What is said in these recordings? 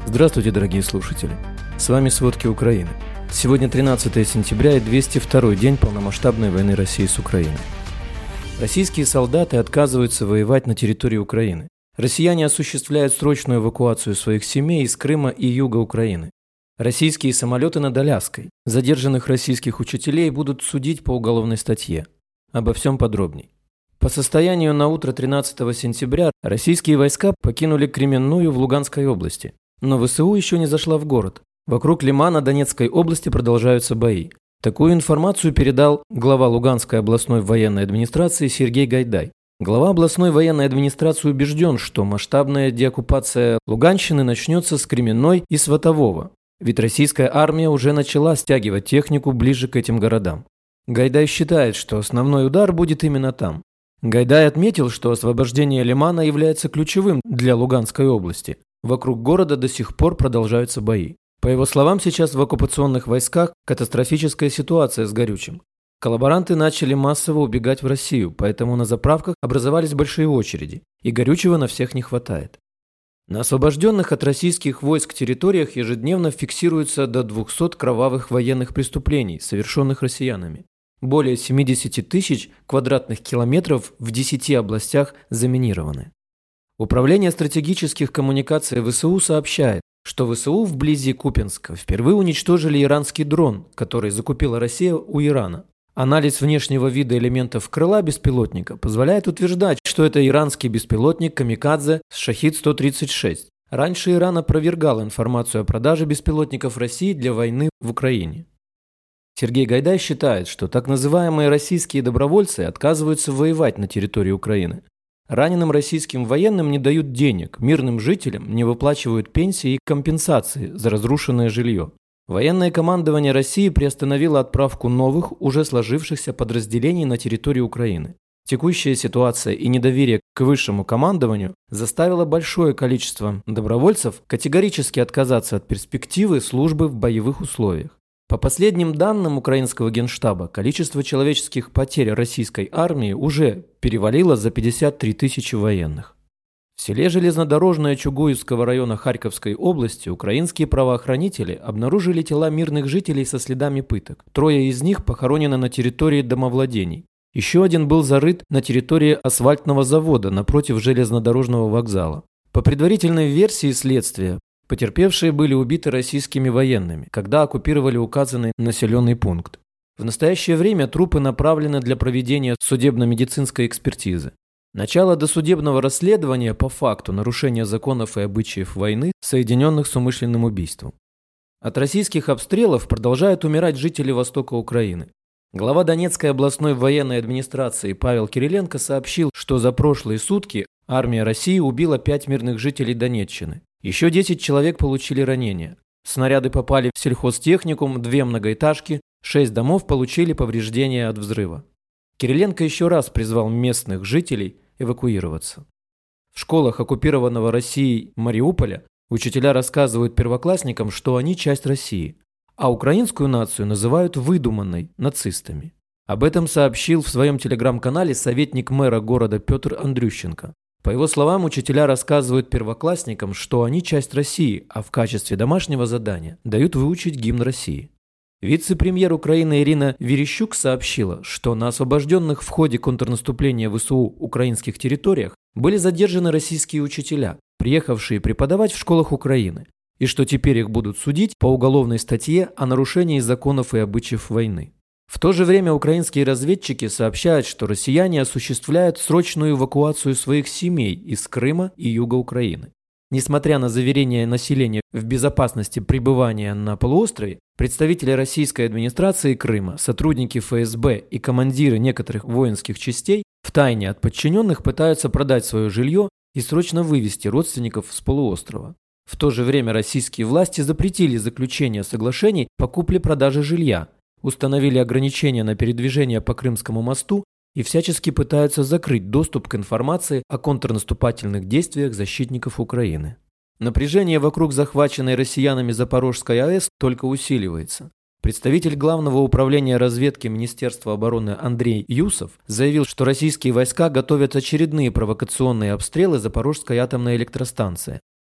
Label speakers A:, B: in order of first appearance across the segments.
A: Здравствуйте, дорогие слушатели! С вами «Сводки Украины». Сегодня 13 сентября и 202-й день полномасштабной войны России с Украиной. Российские солдаты отказываются воевать на территории Украины. Россияне осуществляют срочную эвакуацию своих семей из Крыма и юга Украины. Российские самолеты над Аляской. Задержанных российских учителей будут судить по уголовной статье. Обо всем подробней. По состоянию на утро 13 сентября российские войска покинули Кременную в Луганской области. Но ВСУ еще не зашла в город. Вокруг Лимана Донецкой области продолжаются бои. Такую информацию передал глава Луганской областной военной администрации Сергей Гайдай. Глава областной военной администрации убежден, что масштабная деоккупация Луганщины начнется с Кременной и Сватового. Ведь российская армия уже начала стягивать технику ближе к этим городам. Гайдай считает, что основной удар будет именно там. Гайдай отметил, что освобождение Лимана является ключевым для Луганской области. Вокруг города до сих пор продолжаются бои. По его словам, сейчас в оккупационных войсках катастрофическая ситуация с горючим. Коллаборанты начали массово убегать в Россию, поэтому на заправках образовались большие очереди, и горючего на всех не хватает. На освобожденных от российских войск территориях ежедневно фиксируется до 200 кровавых военных преступлений, совершенных россиянами. Более 70 тысяч квадратных километров в 10 областях заминированы. Управление стратегических коммуникаций ВСУ сообщает, что ВСУ вблизи Купянска впервые уничтожили иранский дрон, который закупила Россия у Ирана. Анализ внешнего вида элементов крыла беспилотника позволяет утверждать, что это иранский беспилотник «Камикадзе» «Шахид-136». Раньше Иран опровергал информацию о продаже беспилотников России для войны в Украине. Сергей Гайдай считает, что так называемые российские добровольцы отказываются воевать на территории Украины. Раненым российским военным не дают денег, мирным жителям не выплачивают пенсии и компенсации за разрушенное жилье. Военное командование России приостановило отправку новых, уже сложившихся подразделений на территорию Украины. Текущая ситуация и недоверие к высшему командованию заставило большое количество добровольцев категорически отказаться от перспективы службы в боевых условиях. По последним данным украинского генштаба, количество человеческих потерь российской армии уже перевалило за 53 тысячи военных. В селе Железнодорожное Чугуевского района Харьковской области украинские правоохранители обнаружили тела мирных жителей со следами пыток. 3 из них похоронены на территории домовладений. Еще один был зарыт на территории асфальтного завода напротив железнодорожного вокзала. По предварительной версии следствия, потерпевшие были убиты российскими военными, когда оккупировали указанный населенный пункт. В настоящее время трупы направлены для проведения судебно-медицинской экспертизы. Начало досудебного расследования по факту нарушения законов и обычаев войны, соединенных с умышленным убийством. От российских обстрелов продолжают умирать жители востока Украины. Глава Донецкой областной военной администрации Павел Кириленко сообщил, что за прошлые сутки армия России убила 5 мирных жителей Донеччины. Еще 10 человек получили ранения. Снаряды попали в сельхозтехникум, 2 многоэтажки, 6 домов получили повреждения от взрыва. Кириленко еще раз призвал местных жителей эвакуироваться. В школах оккупированного Россией Мариуполя учителя рассказывают первоклассникам, что они часть России, а украинскую нацию называют выдуманной нацистами. Об этом сообщил в своем телеграм-канале советник мэра города Петр Андрющенко. По его словам, учителя рассказывают первоклассникам, что они часть России, а в качестве домашнего задания дают выучить гимн России. Вице-премьер Украины Ирина Верещук сообщила, что на освобожденных в ходе контрнаступления ВСУ украинских территориях были задержаны российские учителя, приехавшие преподавать в школах Украины, и что теперь их будут судить по уголовной статье о нарушении законов и обычаев войны. В то же время украинские разведчики сообщают, что россияне осуществляют срочную эвакуацию своих семей из Крыма и юга Украины. Несмотря на заверения населения в безопасности пребывания на полуострове, представители российской администрации Крыма, сотрудники ФСБ и командиры некоторых воинских частей втайне от подчиненных пытаются продать свое жилье и срочно вывести родственников с полуострова. В то же время российские власти запретили заключение соглашений по купле-продаже жилья, установили ограничения на передвижение по Крымскому мосту и всячески пытаются закрыть доступ к информации о контрнаступательных действиях защитников Украины. Напряжение вокруг захваченной россиянами Запорожской АЭС только усиливается. Представитель Главного управления разведки Министерства обороны Андрей Юсов заявил, что российские войска готовят очередные провокационные обстрелы Запорожской атомной электростанции.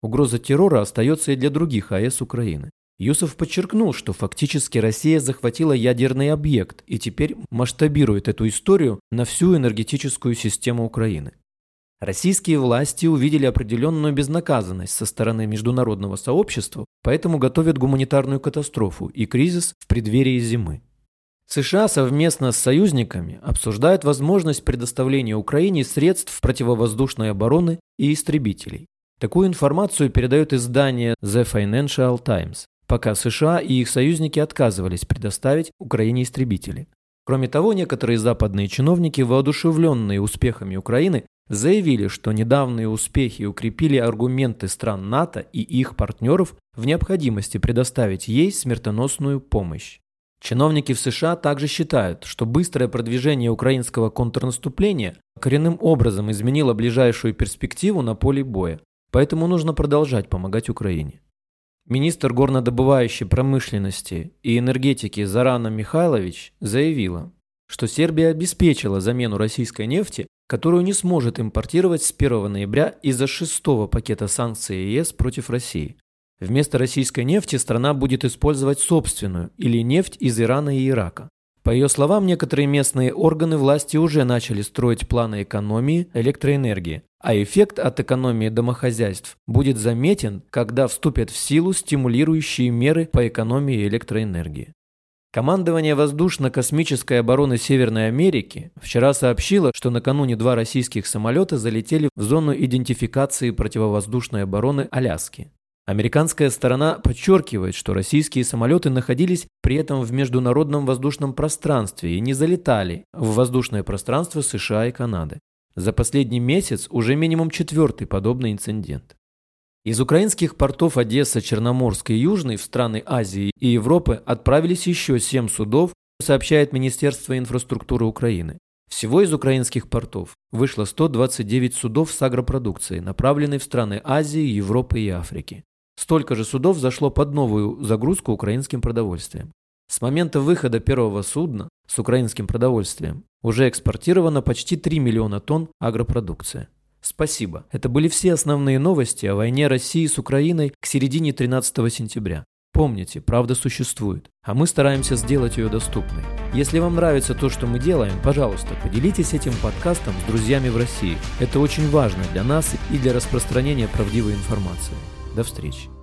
A: Угроза террора остается и для других АЭС Украины. Юсов подчеркнул, что фактически Россия захватила ядерный объект и теперь масштабирует эту историю на всю энергетическую систему Украины. Российские власти увидели определенную безнаказанность со стороны международного сообщества, поэтому готовят гуманитарную катастрофу и кризис в преддверии зимы. США совместно с союзниками обсуждают возможность предоставления Украине средств противовоздушной обороны и истребителей. Такую информацию передает издание The Financial Times, пока США и их союзники отказывались предоставить Украине истребители. Кроме того, некоторые западные чиновники, воодушевленные успехами Украины, заявили, что недавние успехи укрепили аргументы стран НАТО и их партнеров в необходимости предоставить ей смертоносную помощь. Чиновники в США также считают, что быстрое продвижение украинского контрнаступления коренным образом изменило ближайшую перспективу на поле боя, поэтому нужно продолжать помогать Украине. Министр горнодобывающей промышленности и энергетики Зорана Михайлович заявила, что Сербия обеспечила замену российской нефти, которую не сможет импортировать с 1 ноября из-за 6-го пакета санкций ЕС против России. Вместо российской нефти страна будет использовать собственную или нефть из Ирана и Ирака. По ее словам, некоторые местные органы власти уже начали строить планы экономии электроэнергии, а эффект от экономии домохозяйств будет заметен, когда вступят в силу стимулирующие меры по экономии электроэнергии. Командование воздушно-космической обороны Северной Америки вчера сообщило, что накануне 2 российских самолета залетели в зону идентификации противовоздушной обороны Аляски. Американская сторона подчеркивает, что российские самолеты находились при этом в международном воздушном пространстве и не залетали в воздушное пространство США и Канады. За последний месяц уже минимум 4-й подобный инцидент. Из украинских портов Одесса, Черноморск и Южный в страны Азии и Европы отправились еще 7 судов, сообщает Министерство инфраструктуры Украины. Всего из украинских портов вышло 129 судов с агропродукцией, направленной в страны Азии, Европы и Африки. Столько же судов зашло под новую загрузку украинским продовольствием. С момента выхода первого судна с украинским продовольствием уже экспортировано почти 3 миллиона тонн агропродукции. Спасибо. Это были все основные новости о войне России с Украиной к середине 13 сентября. Помните, правда существует, а мы стараемся сделать ее доступной. Если вам нравится то, что мы делаем, пожалуйста, поделитесь этим подкастом с друзьями в России. Это очень важно для нас и для распространения правдивой информации. До встречи.